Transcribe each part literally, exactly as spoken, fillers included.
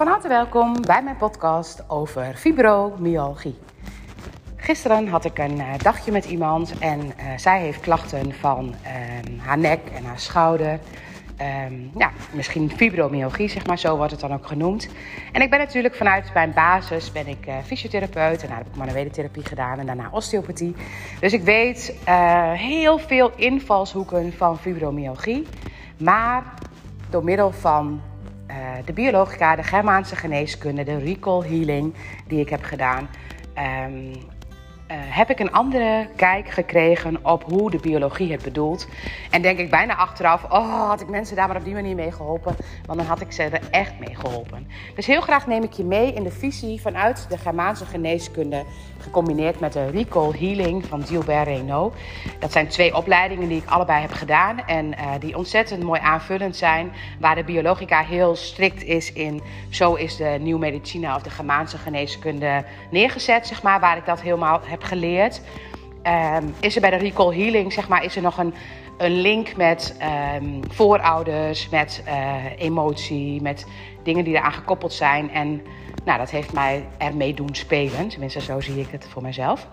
Van harte welkom bij mijn podcast over fibromyalgie. Gisteren had ik een uh, dagje met iemand en uh, zij heeft klachten van uh, haar nek en haar schouder. Um, ja, misschien fibromyalgie, zeg maar, zo wordt het dan ook genoemd. En ik ben natuurlijk vanuit mijn basis ben ik uh, fysiotherapeut en daar heb ik manuele gedaan en daarna osteopathie. Dus ik weet uh, heel veel invalshoeken van fibromyalgie, maar door middel van uh, de biologica, de Germaanse geneeskunde, de recall healing die ik heb gedaan, um, Uh, heb ik een andere kijk gekregen op hoe de biologie het bedoelt. En denk ik bijna achteraf, oh, had ik mensen daar maar op die manier mee geholpen. Want dan had ik ze er echt mee geholpen. Dus heel graag neem ik je mee in de visie vanuit de Germaanse geneeskunde, gecombineerd met de recall healing van Gilbert Reynaud. Dat zijn twee opleidingen die ik allebei heb gedaan en uh, die ontzettend mooi aanvullend zijn. Waar de biologica heel strikt is in, zo is de New Medicina of de Germaanse geneeskunde neergezet, zeg maar, waar ik dat helemaal heb geleerd. Um, is er bij de recall healing, zeg maar, is er nog een, een link met um, voorouders, met uh, emotie, met dingen die eraan gekoppeld zijn. En nou, dat heeft mij ermee doen spelen. Tenminste, zo zie ik het voor mezelf.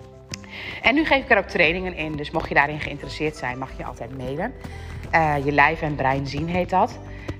En nu geef ik er ook trainingen in. Dus mocht je daarin geïnteresseerd zijn, mag je altijd mailen. Uh, je lijf en brein zien heet dat.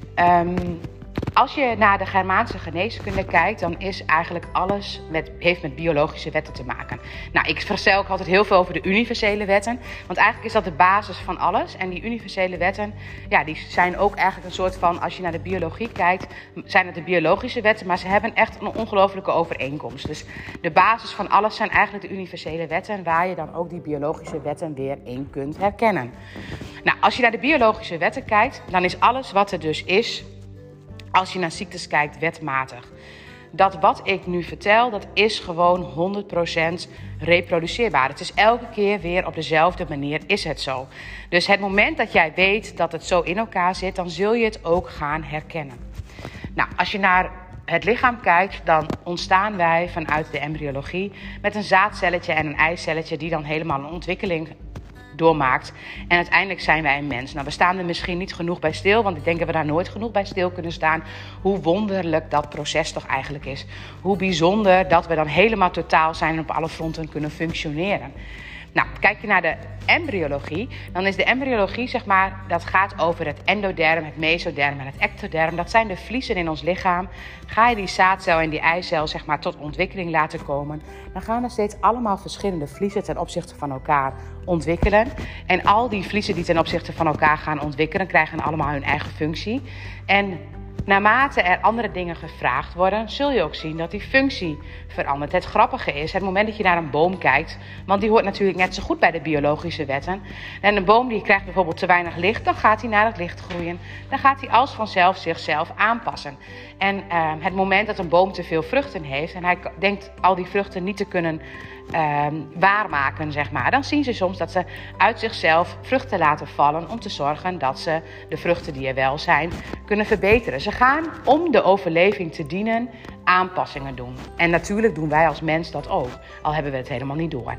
Um, Als je naar de Germaanse geneeskunde kijkt, dan is eigenlijk alles met, heeft met biologische wetten te maken. Nou, ik vertel ook altijd heel veel over de universele wetten. Want eigenlijk is dat de basis van alles. En die universele wetten, ja, die zijn ook eigenlijk een soort van, als je naar de biologie kijkt, zijn het de biologische wetten. Maar ze hebben echt een ongelofelijke overeenkomst. Dus de basis van alles zijn eigenlijk de universele wetten, waar je dan ook die biologische wetten weer in kunt herkennen. Nou, als je naar de biologische wetten kijkt, dan is alles wat er dus is, als je naar ziektes kijkt, wetmatig. Dat wat ik nu vertel, dat is gewoon honderd procent reproduceerbaar. Het is elke keer weer op dezelfde manier is het zo. Dus het moment dat jij weet dat het zo in elkaar zit, dan zul je het ook gaan herkennen. Nou, als je naar het lichaam kijkt, dan ontstaan wij vanuit de embryologie met een zaadcelletje en een eicelletje die dan helemaal een ontwikkeling doormaakt. En uiteindelijk zijn wij een mens. Nou, we staan er misschien niet genoeg bij stil, want ik denk dat we daar nooit genoeg bij stil kunnen staan. Hoe wonderlijk dat proces toch eigenlijk is. Hoe bijzonder dat we dan helemaal totaal zijn en op alle fronten kunnen functioneren. Nou, kijk je naar de embryologie, dan is de embryologie, zeg maar, dat gaat over het endoderm, het mesoderm en het ectoderm. Dat zijn de vliezen in ons lichaam. Ga je die zaadcel en die eicel, zeg maar, tot ontwikkeling laten komen, dan gaan er steeds allemaal verschillende vliezen ten opzichte van elkaar ontwikkelen. En al die vliezen die ten opzichte van elkaar gaan ontwikkelen, krijgen allemaal hun eigen functie. En naarmate er andere dingen gevraagd worden, zul je ook zien dat die functie verandert. Het grappige is, het moment dat je naar een boom kijkt, want die hoort natuurlijk net zo goed bij de biologische wetten. En een boom die krijgt bijvoorbeeld te weinig licht, dan gaat hij naar het licht groeien. Dan gaat hij als vanzelf zichzelf aanpassen. En uh, het moment dat een boom te veel vruchten heeft en hij denkt al die vruchten niet te kunnen Uh, waarmaken, zeg maar, dan zien ze soms dat ze uit zichzelf vruchten laten vallen om te zorgen dat ze de vruchten die er wel zijn kunnen verbeteren. Ze gaan om de overleving te dienen aanpassingen doen. En natuurlijk doen wij als mens dat ook, al hebben we het helemaal niet door.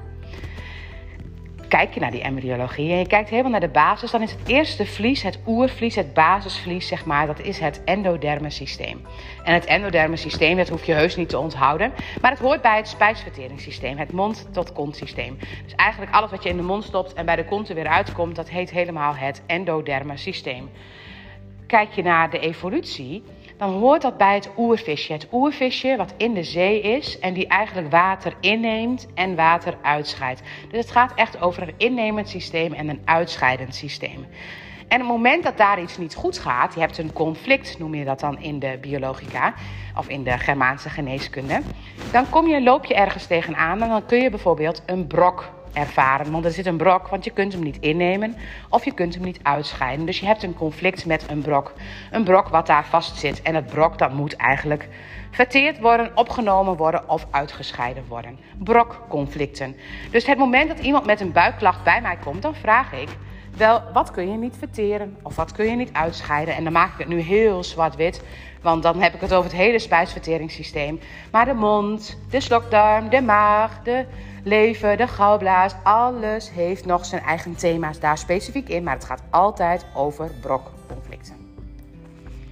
Kijk je naar die embryologie en je kijkt helemaal naar de basis, dan is het eerste vlies, het oervlies, het basisvlies, zeg maar, dat is het endoderme systeem. En het endoderme systeem, dat hoef je heus niet te onthouden, maar het hoort bij het spijsverteringssysteem, het mond-tot-kont systeem. Dus eigenlijk alles wat je in de mond stopt en bij de kont er weer uitkomt, dat heet helemaal het endoderme systeem. Kijk je naar de evolutie, dan hoort dat bij het oervisje. Het oervisje wat in de zee is en die eigenlijk water inneemt en water uitscheidt. Dus het gaat echt over een innemend systeem en een uitscheidend systeem. En op het moment dat daar iets niet goed gaat, je hebt een conflict, noem je dat dan in de biologica of in de Germaanse geneeskunde, dan kom je, loop je ergens tegenaan en dan kun je bijvoorbeeld een brok ervaren. Want er zit een brok, want je kunt hem niet innemen of je kunt hem niet uitscheiden. Dus je hebt een conflict met een brok. Een brok wat daar vast zit. En dat brok dat moet eigenlijk verteerd worden, opgenomen worden of uitgescheiden worden. Brokconflicten. Dus het moment dat iemand met een buikklacht bij mij komt, dan vraag ik, wel, wat kun je niet verteren of wat kun je niet uitscheiden? En dan maak ik het nu heel zwart-wit, want dan heb ik het over het hele spijsverteringssysteem. Maar de mond, de slokdarm, de maag, de lever, de galblaas, alles heeft nog zijn eigen thema's daar specifiek in. Maar het gaat altijd over brokconflicten.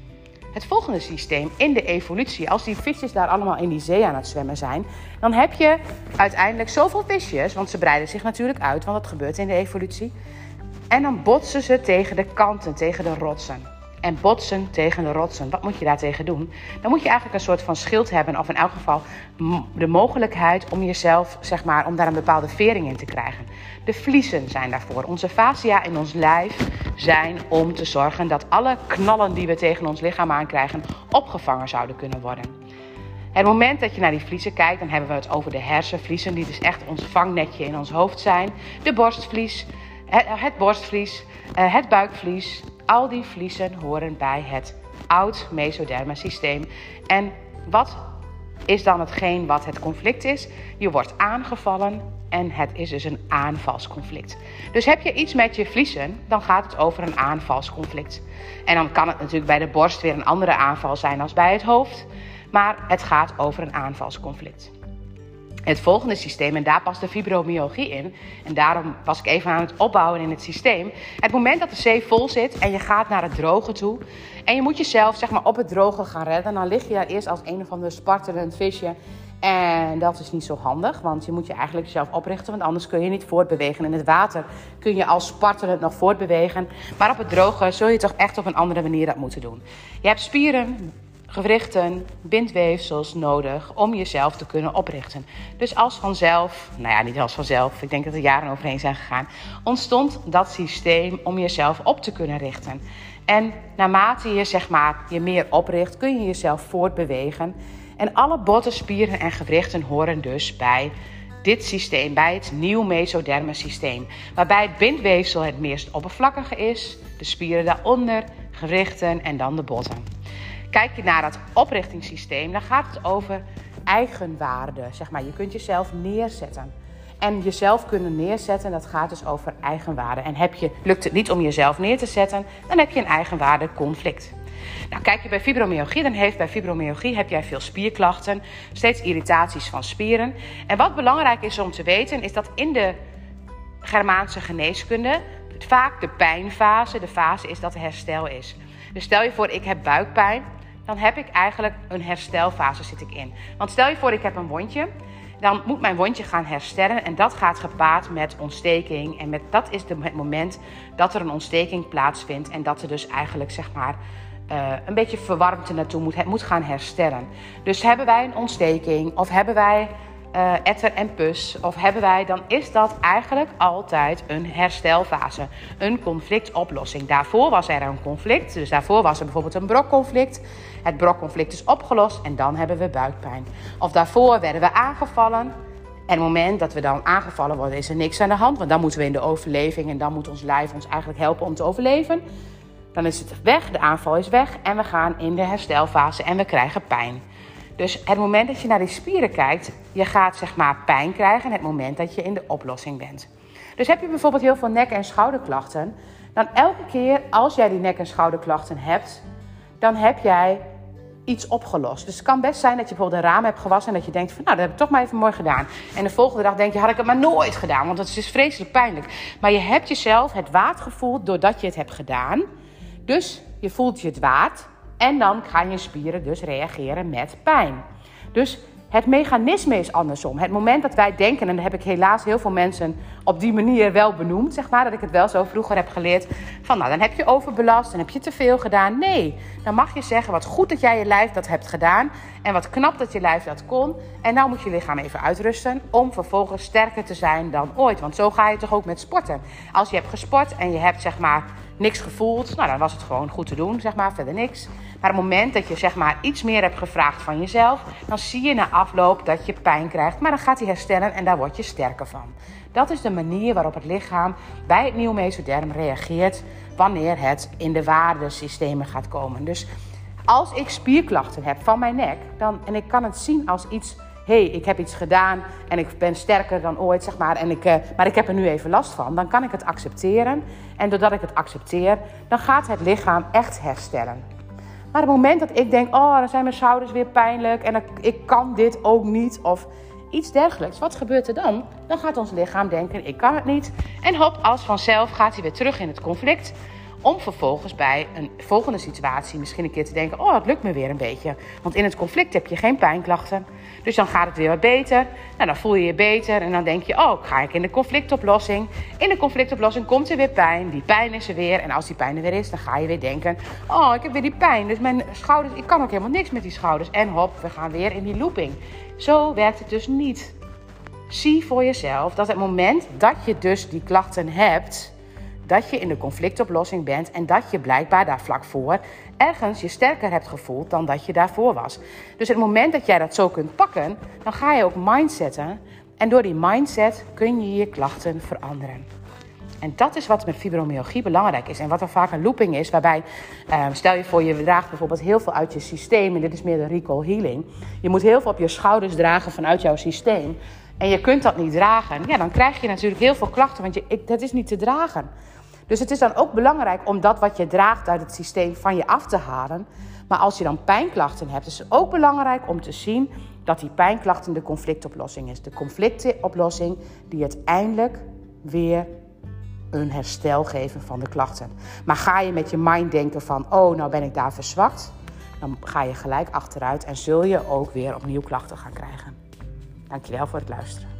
Het volgende systeem in de evolutie, als die visjes daar allemaal in die zee aan het zwemmen zijn, dan heb je uiteindelijk zoveel visjes, want ze breiden zich natuurlijk uit, want dat gebeurt in de evolutie. En dan botsen ze tegen de kanten, tegen de rotsen. En botsen tegen de rotsen. Wat moet je daartegen doen? Dan moet je eigenlijk een soort van schild hebben, of in elk geval de mogelijkheid om jezelf, zeg maar, om daar een bepaalde vering in te krijgen. De vliezen zijn daarvoor. Onze fascia in ons lijf zijn om te zorgen dat alle knallen die we tegen ons lichaam aankrijgen opgevangen zouden kunnen worden. Het moment dat je naar die vliezen kijkt, dan hebben we het over de hersenvliezen, die dus echt ons vangnetje in ons hoofd zijn. De borstvlies, het, het borstvlies, het buikvlies. Al die vliezen horen bij het oud mesoderme systeem. En wat is dan hetgeen wat het conflict is? Je wordt aangevallen en het is dus een aanvalsconflict. Dus heb je iets met je vliezen, dan gaat het over een aanvalsconflict. En dan kan het natuurlijk bij de borst weer een andere aanval zijn als bij het hoofd. Maar het gaat over een aanvalsconflict. Het volgende systeem, en daar past de fibromyalgie in. En daarom was ik even aan het opbouwen in het systeem. Het moment dat de zee vol zit en je gaat naar het droge toe. En je moet jezelf, zeg maar, op het droge gaan redden. Dan lig je daar eerst als een of ander spartelend visje. En dat is niet zo handig, want je moet je eigenlijk zelf oprichten. Want anders kun je niet voortbewegen. In het water kun je als spartelend nog voortbewegen. Maar op het droge zul je toch echt op een andere manier dat moeten doen. Je hebt spieren, gewrichten, bindweefsels nodig om jezelf te kunnen oprichten. Dus als vanzelf, nou ja, niet als vanzelf, ik denk dat er jaren overheen zijn gegaan, ontstond dat systeem om jezelf op te kunnen richten. En naarmate je, zeg maar, je meer opricht, kun je jezelf voortbewegen. En alle botten, spieren en gewrichten horen dus bij dit systeem, bij het nieuw mesoderme systeem. Waarbij het bindweefsel het meest oppervlakkige is, de spieren daaronder, gewrichten en dan de botten. Kijk je naar het oprichtingssysteem, dan gaat het over eigenwaarde. Zeg maar, je kunt jezelf neerzetten. En jezelf kunnen neerzetten, dat gaat dus over eigenwaarde. En heb je, lukt het niet om jezelf neer te zetten, dan heb je een eigenwaardeconflict. Nou, kijk je bij fibromyalgie, dan heeft bij fibromyalgie heb jij veel spierklachten, steeds irritaties van spieren. En wat belangrijk is om te weten, is dat in de Germaanse geneeskunde vaak de pijnfase, de fase is dat er herstel is. Dus stel je voor, ik heb buikpijn, dan heb ik eigenlijk een herstelfase zit ik in. Want stel je voor, ik heb een wondje, dan moet mijn wondje gaan herstellen en dat gaat gepaard met ontsteking. En met, dat is de, het moment dat er een ontsteking plaatsvindt en dat er dus eigenlijk, zeg maar, uh, een beetje verwarmte naartoe moet, het moet gaan herstellen. Dus hebben wij een ontsteking of hebben wij uh, etter en pus of hebben wij, dan is dat eigenlijk altijd een herstelfase, een conflictoplossing. Daarvoor was er een conflict, dus daarvoor was er bijvoorbeeld een brokconflict. Het brokconflict is opgelost en dan hebben we buikpijn. Of daarvoor werden we aangevallen. En op het moment dat we dan aangevallen worden, is er niks aan de hand. Want dan moeten we in de overleving en dan moet ons lijf ons eigenlijk helpen om te overleven. Dan is het weg, de aanval is weg en we gaan in de herstelfase en we krijgen pijn. Dus het moment dat je naar die spieren kijkt, je gaat, zeg maar, pijn krijgen het moment dat je in de oplossing bent. Dus heb je bijvoorbeeld heel veel nek- en schouderklachten, dan elke keer als jij die nek- en schouderklachten hebt, dan heb jij iets opgelost. Dus het kan best zijn dat je bijvoorbeeld een raam hebt gewassen en dat je denkt van, nou, dat heb ik toch maar even mooi gedaan. En de volgende dag denk je, had ik het maar nooit gedaan, want dat is dus vreselijk pijnlijk. Maar je hebt jezelf het waard gevoeld doordat je het hebt gedaan. Dus je voelt je het waard en dan gaan je spieren dus reageren met pijn. Dus het mechanisme is andersom. Het moment dat wij denken, en dat heb ik helaas heel veel mensen op die manier wel benoemd, zeg maar, dat ik het wel zo vroeger heb geleerd, van nou, dan heb je overbelast, dan heb je te veel gedaan. Nee, dan mag je zeggen, wat goed dat jij je lijf dat hebt gedaan en wat knap dat je lijf dat kon. En nou moet je lichaam even uitrusten om vervolgens sterker te zijn dan ooit. Want zo ga je toch ook met sporten. Als je hebt gesport en je hebt, zeg maar, niks gevoeld, nou, dan was het gewoon goed te doen, zeg maar, verder niks. Maar op het moment dat je, zeg maar, iets meer hebt gevraagd van jezelf, dan zie je na afloop dat je pijn krijgt, maar dan gaat hij herstellen en daar word je sterker van. Dat is de manier waarop het lichaam bij het nieuw mesoderm reageert wanneer het in de waardesystemen gaat komen. Dus als ik spierklachten heb van mijn nek, dan, en ik kan het zien als iets, hé, hey, ik heb iets gedaan en ik ben sterker dan ooit, zeg maar, en ik, uh, maar ik heb er nu even last van, dan kan ik het accepteren. En doordat ik het accepteer, dan gaat het lichaam echt herstellen. Maar op het moment dat ik denk, oh, dan zijn mijn schouders weer pijnlijk en ik kan dit ook niet of iets dergelijks. Wat gebeurt er dan? Dan gaat ons lichaam denken, ik kan het niet. En hop, als vanzelf gaat hij weer terug in het conflict. Om vervolgens bij een volgende situatie misschien een keer te denken, oh, het lukt me weer een beetje. Want in het conflict heb je geen pijnklachten. Dus dan gaat het weer wat beter. Nou, dan voel je je beter en dan denk je, oh, ga ik in de conflictoplossing. In de conflictoplossing komt er weer pijn. Die pijn is er weer. En als die pijn er weer is, dan ga je weer denken, oh, ik heb weer die pijn. Dus mijn schouders, ik kan ook helemaal niks met die schouders. En hop, we gaan weer in die looping. Zo werkt het dus niet. Zie voor jezelf dat het moment dat je dus die klachten hebt, dat je in de conflictoplossing bent en dat je blijkbaar daar vlak voor ergens je sterker hebt gevoeld dan dat je daarvoor was. Dus het moment dat jij dat zo kunt pakken, dan ga je ook mindsetten. En door die mindset kun je je klachten veranderen. En dat is wat met fibromyalgie belangrijk is. En wat er vaak een looping is, waarbij, uh, stel je voor, je draagt bijvoorbeeld heel veel uit je systeem. En dit is meer de recall healing. Je moet heel veel op je schouders dragen vanuit jouw systeem. En je kunt dat niet dragen. Ja, dan krijg je natuurlijk heel veel klachten, want je, ik, dat is niet te dragen. Dus het is dan ook belangrijk om dat wat je draagt uit het systeem van je af te halen. Maar als je dan pijnklachten hebt, is het ook belangrijk om te zien dat die pijnklachten de conflictoplossing is. De conflictoplossing die uiteindelijk weer een herstel geven van de klachten. Maar ga je met je mind denken van, oh, nou ben ik daar verzwakt, dan ga je gelijk achteruit en zul je ook weer opnieuw klachten gaan krijgen. Dankjewel voor het luisteren.